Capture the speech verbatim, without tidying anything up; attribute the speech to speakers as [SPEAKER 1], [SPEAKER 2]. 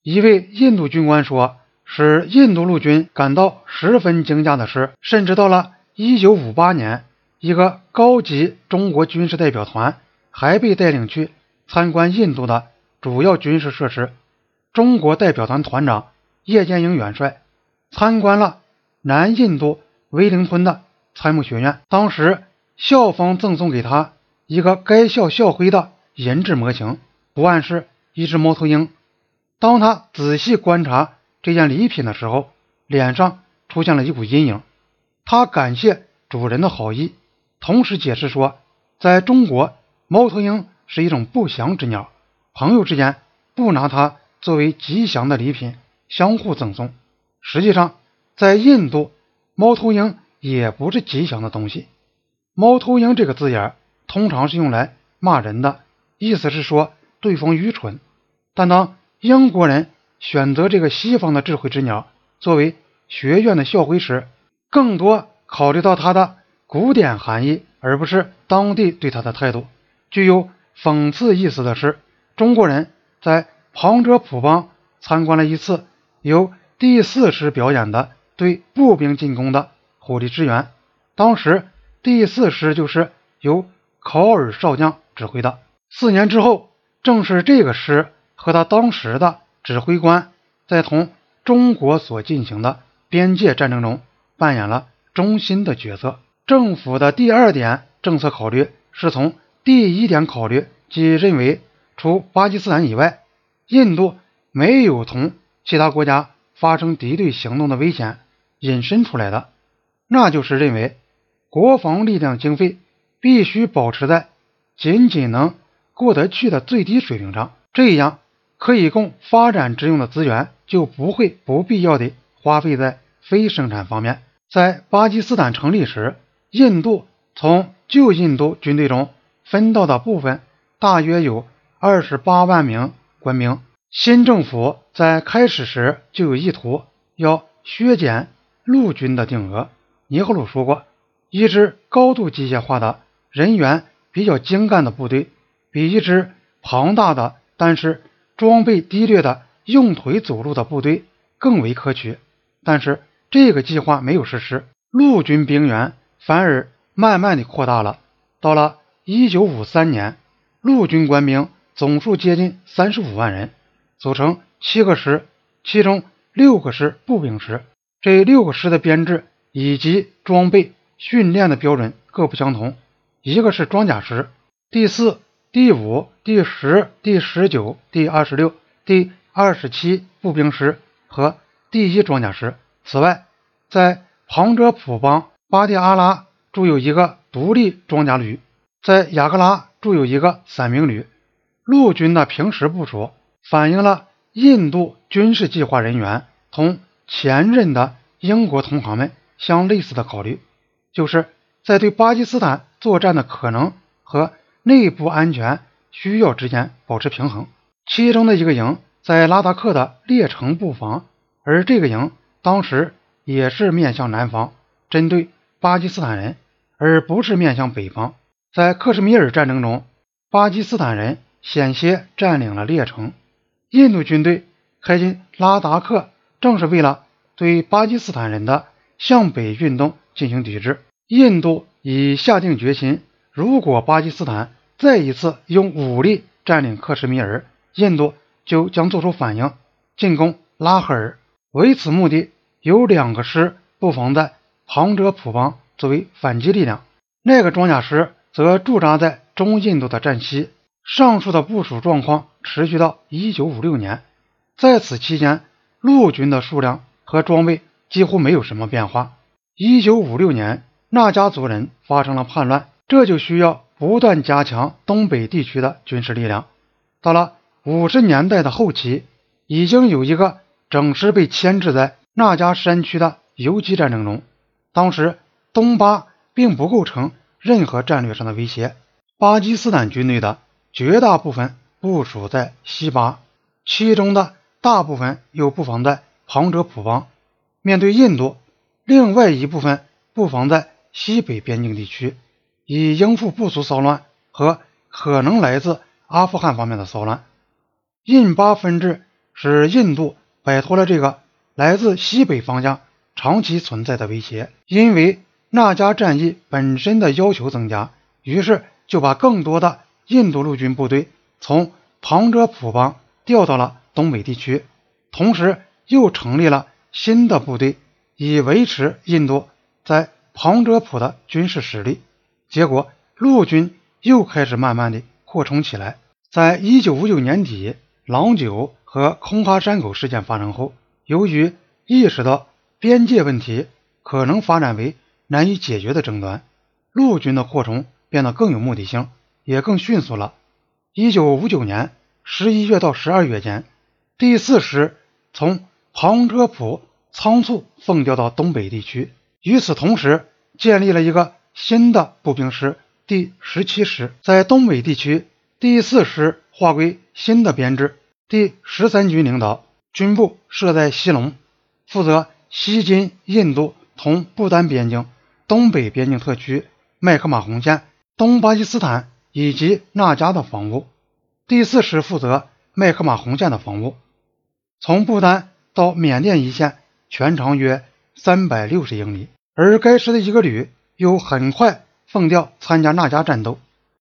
[SPEAKER 1] 一位印度军官说，使印度陆军感到十分惊讶的是，甚至到了一九五八年，一个高级中国军事代表团还被带领去参观印度的主要军事设施。中国代表团团长叶剑英元帅参观了南印度威灵顿的参谋学院，当时校方赠送给他一个该校校徽的银质模型，图案是一只猫头鹰。当他仔细观察这件礼品的时候，脸上出现了一股阴影。他感谢主人的好意，同时解释说，在中国，猫头鹰是一种不祥之鸟，朋友之间不拿它作为吉祥的礼品相互赠送。实际上，在印度，猫头鹰也不是吉祥的东西。猫头鹰这个字眼通常是用来骂人的，意思是说对方愚蠢。但当英国人选择这个西方的智慧之鸟作为学院的校徽时，更多考虑到它的古典含义，而不是当地对它的态度。具有讽刺意思的是，中国人在旁遮普邦参观了一次由第四师表演的对步兵进攻的火力支援，当时第四师就是由考尔少将指挥的。四年之后，正是这个师和他当时的指挥官在同中国所进行的边界战争中扮演了中心的角色。政府的第二点政策考虑是从第一点考虑，即认为除巴基斯坦以外，印度没有同其他国家发生敌对行动的危险引申出来的，那就是认为国防力量经费必须保持在仅仅能过得去的最低水平上，这样可以供发展之用的资源就不会不必要地花费在非生产方面。在巴基斯坦成立时，印度从旧印度军队中分到的部分大约有二十八万名官兵。新政府在开始时就有意图要削减陆军的定额。尼赫鲁说过，一支高度机械化的人员比较精干的部队比一支庞大的但是装备低劣的用腿走路的部队更为可取。但是这个计划没有实施，陆军兵员反而慢慢地扩大了。到了一九五三年，陆军官兵总数接近三十五万人，组成七个师，其中六个是步兵师。这六个师的编制以及装备训练的标准各不相同，一个是装甲师，第四、第五、第十、第十九、第二十六、第二十七步兵师和第一装甲师。此外，在旁遮普邦巴蒂阿拉驻有一个独立装甲旅，在雅各拉驻有一个伞兵旅。陆军的平时部署反映了印度军事计划人员同前任的英国同行们相类似的考虑，就是在对巴基斯坦作战的可能和内部安全需要之间保持平衡。其中的一个营在拉达克的列城布防，而这个营当时也是面向南方，针对巴基斯坦人，而不是面向北方。在克什米尔战争中，巴基斯坦人险些占领了列城，印度军队开进拉达克正是为了对巴基斯坦人的向北运动进行抵制。印度已下定决心，如果巴基斯坦再一次用武力占领克什米尔，印度就将做出反应，进攻拉合尔。为此目的，有两个师布防在旁遮普邦作为反击力量，那个装甲师则驻扎在中印度的战西。上述的部署状况持续到一九五六年，在此期间，陆军的数量和装备几乎没有什么变化。一九五六年，纳加族人发生了叛乱，这就需要不断加强东北地区的军事力量。到了五十年代的后期，已经有一个整师被牵制在纳加山区的游击战争中。当时东巴并不构成任何战略上的威胁，巴基斯坦军队的绝大部分部署在西巴，其中的大部分又布防在旁遮普邦。面对印度，另外一部分布防在西北边境地区，以应付部族骚乱和可能来自阿富汗方面的骚乱。印巴分治使印度摆脱了这个来自西北方向长期存在的威胁。因为那迦战役本身的要求增加，于是就把更多的印度陆军部队从旁遮普邦调到了东北地区，同时又成立了新的部队，以维持印度在旁遮普的军事实力。结果陆军又开始慢慢的扩充起来。在一九五九年底，郎酒和空哈山口事件发生后，由于意识到边界问题可能发展为难以解决的争端，陆军的扩充变得更有目的性，也更迅速了。一九五九年十一月到十二月间，第四师从旁遮普仓促奉调到东北地区，与此同时建立了一个新的步兵师第十七师。在东北地区，第四师划归新的编制，第十三军领导，军部设在西隆，负责西金印度同不丹边境、东北边境特区、麦克马洪线、东巴基斯坦以及那迦的防务。第四师负责麦克马洪线的防务。从不丹到缅甸一线全长约三百六十英里，而该师的一个旅又很快奉调参加那迦战斗。